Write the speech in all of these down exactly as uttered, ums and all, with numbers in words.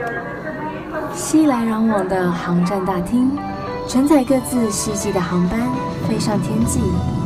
熙来攘往的航站大厅，承载各自希冀的航班飞上天际。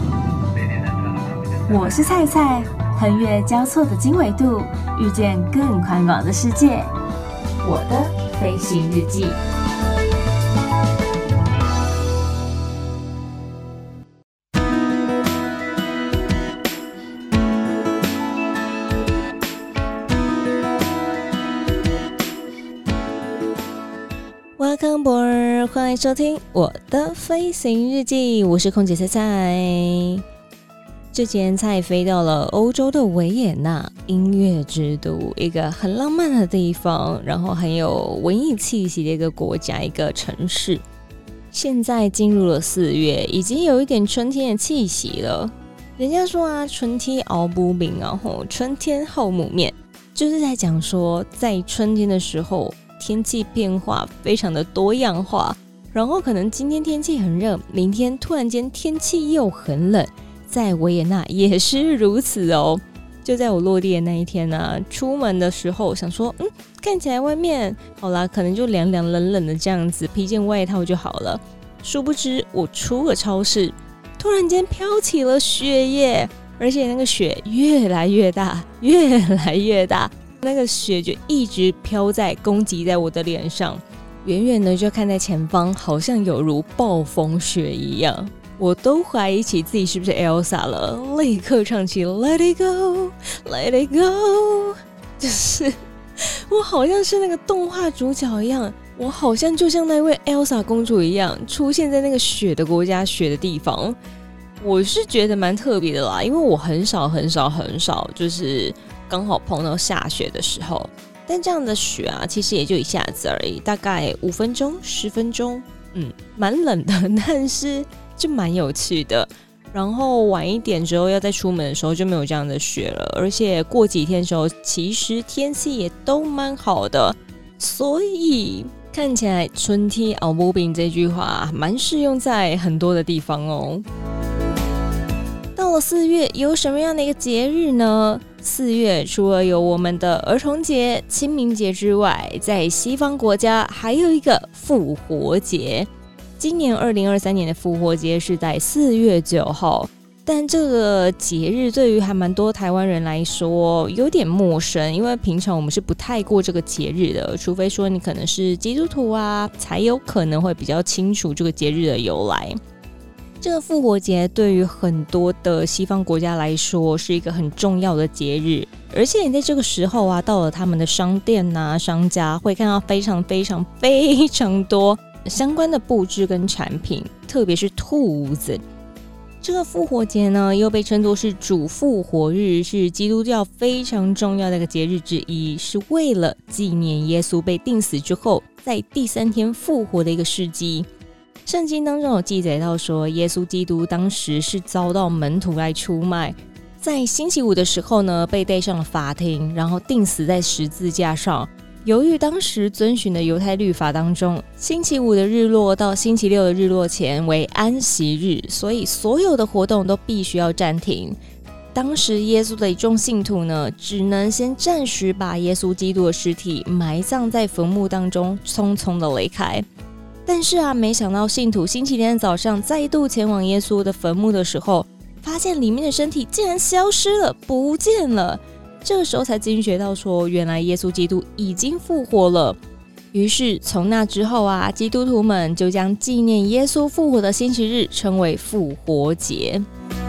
我是菜菜，横越交错的经纬度，遇见更宽广的世界。我的飞行日记。Welcome aboard， 欢迎收听我的飞行日记，我是空姐菜菜。这几天菜飞到了欧洲的维也纳，音乐之都，一个很浪漫的地方，然后很有文艺气息的一个国家，一个城市。现在进入了四月，已经有一点春天的气息了。人家说啊，春天熬不bình，然后春天后母面，就是在讲说，在春天的时候，天气变化非常的多样化，然后可能今天天气很热，明天突然间天气又很冷。在维也纳也是如此哦。就在我落地的那一天啊，出门的时候想说，嗯，看起来外面好啦，可能就凉凉冷冷的这样子，披件外套就好了。殊不知我出了超市，突然间飘起了雪耶，而且那个雪越来越大，越来越大，那个雪就一直飘在攻击在我的脸上，远远的就看在前方，好像有如暴风雪一样。我都怀疑起自己是不是 Elsa 了，立刻唱起 Let it go Let it go， 就是我好像是那个动画主角一样，我好像就像那位 Elsa 公主一样出现在那个雪的国家，雪的地方。我是觉得蛮特别的啦，因为我很少很少很少就是刚好碰到下雪的时候，但这样的雪啊其实也就一下子而已，大概五分钟十分钟，嗯，蛮冷的，但是就蛮有趣的。然后晚一点之后要再出门的时候就没有这样的雪了，而且过几天的时候其实天气也都蛮好的，所以看起来春天熬不bình这句话蛮适用在很多的地方哦。到了四月有什么样的一个节日呢？四月除了有我们的儿童节、清明节之外，在西方国家还有一个复活节。今年二零二三年的复活节是在四月九号，但这个节日对于还蛮多台湾人来说有点陌生，因为平常我们是不太过这个节日的，除非说你可能是基督徒啊，才有可能会比较清楚这个节日的由来。这个复活节对于很多的西方国家来说是一个很重要的节日，而且你在这个时候啊，到了他们的商店啊、商家，会看到非常非常非常多相关的布置跟产品，特别是兔子。这个复活节呢，又被称作是主复活日，是基督教非常重要的一个节日之一，是为了纪念耶稣被钉死之后，在第三天复活的一个事迹。圣经当中有记载到说，耶稣基督当时是遭到门徒来出卖，在星期五的时候呢，被带上了法庭，然后钉死在十字架上。由于当时遵循的犹太律法当中，星期五的日落到星期六的日落前为安息日，所以所有的活动都必须要暂停。当时耶稣的一众信徒呢，只能先暂时把耶稣基督的尸体埋葬在坟墓当中，匆匆的离开。但是啊，没想到信徒星期天早上再度前往耶稣的坟墓的时候，发现里面的身体竟然消失了，不见了。这个时候才惊觉到说，原来耶稣基督已经复活了。于是从那之后啊，基督徒们就将纪念耶稣复活的星期日称为复活节。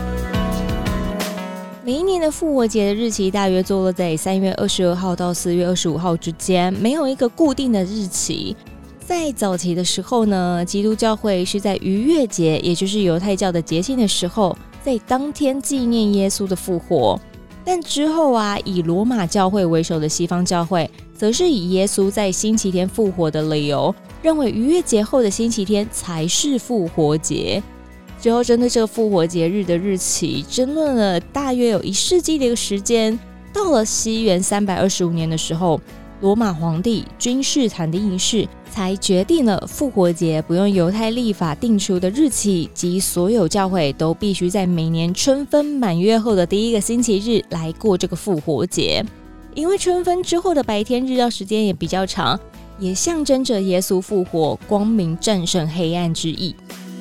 每一年的复活节的日期大约坐落在三月二十二号到四月二十五号之间，没有一个固定的日期。在早期的时候呢，基督教会是在逾越节，也就是犹太教的节庆的时候，在当天纪念耶稣的复活。但之后啊，以罗马教会为首的西方教会，则是以耶稣在星期天复活的理由，认为逾越节后的星期天才是复活节。之后针对这个复活节日的日期争论了大约有一世纪的一个时间。到了西元三百二十五年的时候，罗马皇帝君士坦丁一世才决定了复活节不用犹太历法定出的日期，及所有教会都必须在每年春分满月后的第一个星期日来过这个复活节。 因为春分之后的白天日照时间也比较长，也象征着耶稣复活、光明战胜黑暗之意。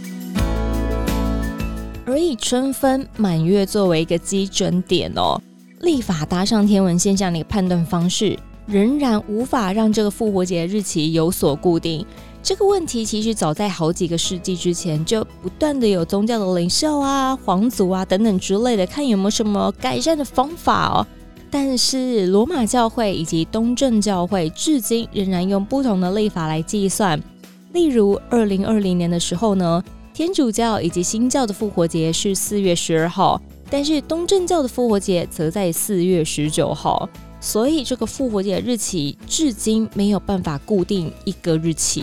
而以春分满月作为一个基准点哦，历法搭上天文现象的一个判断方式，仍然无法让这个复活节日期有所固定。这个问题其实早在好几个世纪之前就不断的有宗教的领袖啊、皇族啊等等之类的，看有没有什么改善的方法哦。但是罗马教会以及东正教会至今仍然用不同的历法来计算。例如二零二零年的时候呢，天主教以及新教的复活节是四月十二号，但是东正教的复活节则在四月十九号。所以这个复活节的日期至今没有办法固定一个日期。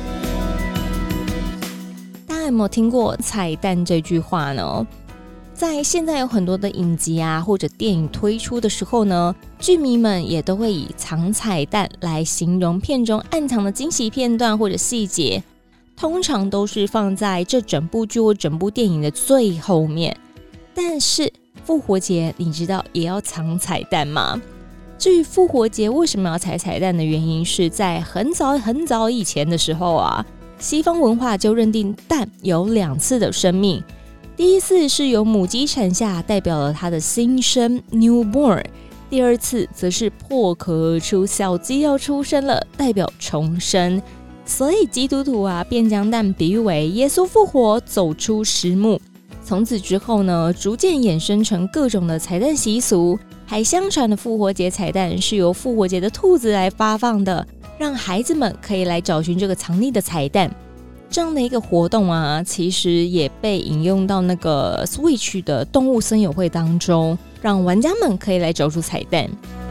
大家有没有听过彩蛋这句话呢？在现在有很多的影集啊或者电影推出的时候呢，剧迷们也都会以藏彩蛋来形容片中暗藏的惊喜片段或者细节，通常都是放在这整部剧或整部电影的最后面。但是复活节你知道也要藏彩蛋吗？至于复活节为什么要踩彩蛋的原因，是在很早很早以前的时候啊，西方文化就认定蛋有两次的生命。第一次是由母鸡产下，代表了它的新生 newborn， 第二次则是破壳而出，小鸡要出生了，代表重生。所以基督徒啊便将蛋比喻为耶稣复活走出石墓。从此之后呢，逐渐衍生成各种的彩蛋习俗，还相传的复活节彩蛋是由复活节的兔子来发放的，让孩子们可以来找寻这个藏匿的彩蛋。这样的一个活动啊，其实也被引用到那个 Switch 的动物森友会当中，让玩家们可以来找出彩蛋。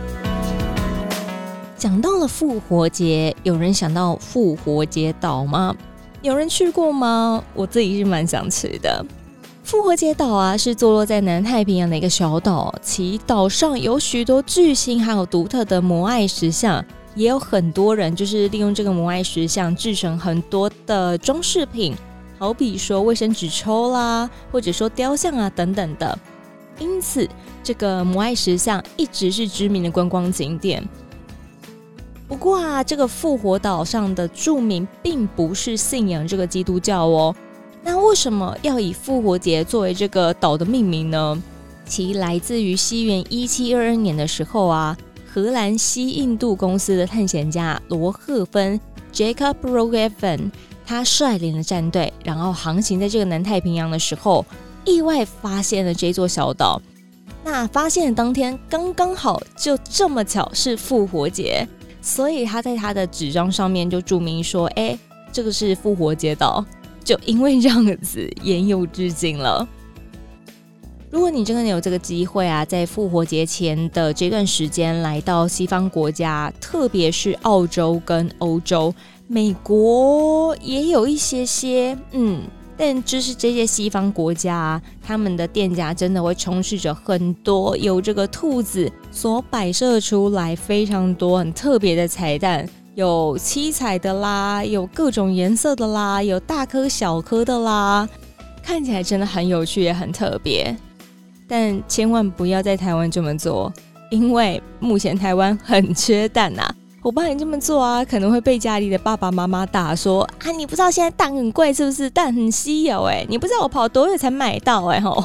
讲到了复活节，有人想到复活节岛吗？有人去过吗？我自己是蛮想去的。复活节岛啊，是坐落在南太平洋的一个小岛，其岛上有许多巨星，还有独特的摩艾石像，也有很多人就是利用这个摩艾石像制成很多的装饰品，好比说卫生纸抽啦，或者说雕像啊等等的。因此这个摩艾石像一直是知名的观光景点。不过啊，这个复活岛上的住民并不是信仰这个基督教哦。那为什么要以复活节作为这个岛的命名呢？其来自于西元一七二二年的时候啊，荷兰西印度公司的探险家罗赫芬 Jacob Roggeveen， 他率领了战队，然后航行在这个南太平洋的时候，意外发现了这座小岛。那发现的当天刚刚好就这么巧是复活节，所以他在他的纸张上面就注明说，哎，这个是复活节岛。就因为这样子沿用至今了。如果你真的有这个机会啊，在复活节前的这段时间来到西方国家，特别是澳洲跟欧洲，美国也有一些些，嗯，但就是这些西方国家啊，他们的店家真的会充斥着很多有这个兔子所摆设出来非常多很特别的彩蛋。有七彩的啦，有各种颜色的啦，有大颗小颗的啦，看起来真的很有趣也很特别。但千万不要在台湾这么做，因为目前台湾很缺蛋啊。我怕你这么做啊，可能会被家里的爸爸妈妈打说啊，你不知道现在蛋很贵是不是？蛋很稀有哎、欸，你不知道我跑多远才买到哎、欸、吼。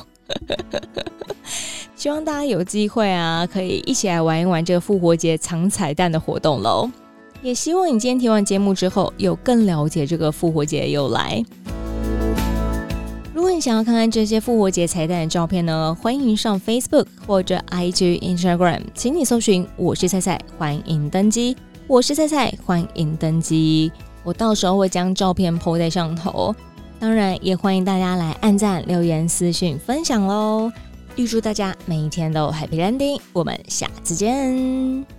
希望大家有机会啊，可以一起来玩一玩这个复活节藏彩蛋的活动咯。也希望你今天听完节目之后有更了解这个复活节的由来。如果你想要看看这些复活节彩蛋的照片呢，欢迎上 Facebook 或者 I G、Instagram， 请你搜寻我是菜菜，欢迎登机。我是菜菜，欢迎登机。我到时候会将照片 po 在上头，当然也欢迎大家来按赞、留言、私讯分享咯。预祝大家每一天都 Happy Landing， 我们下次见。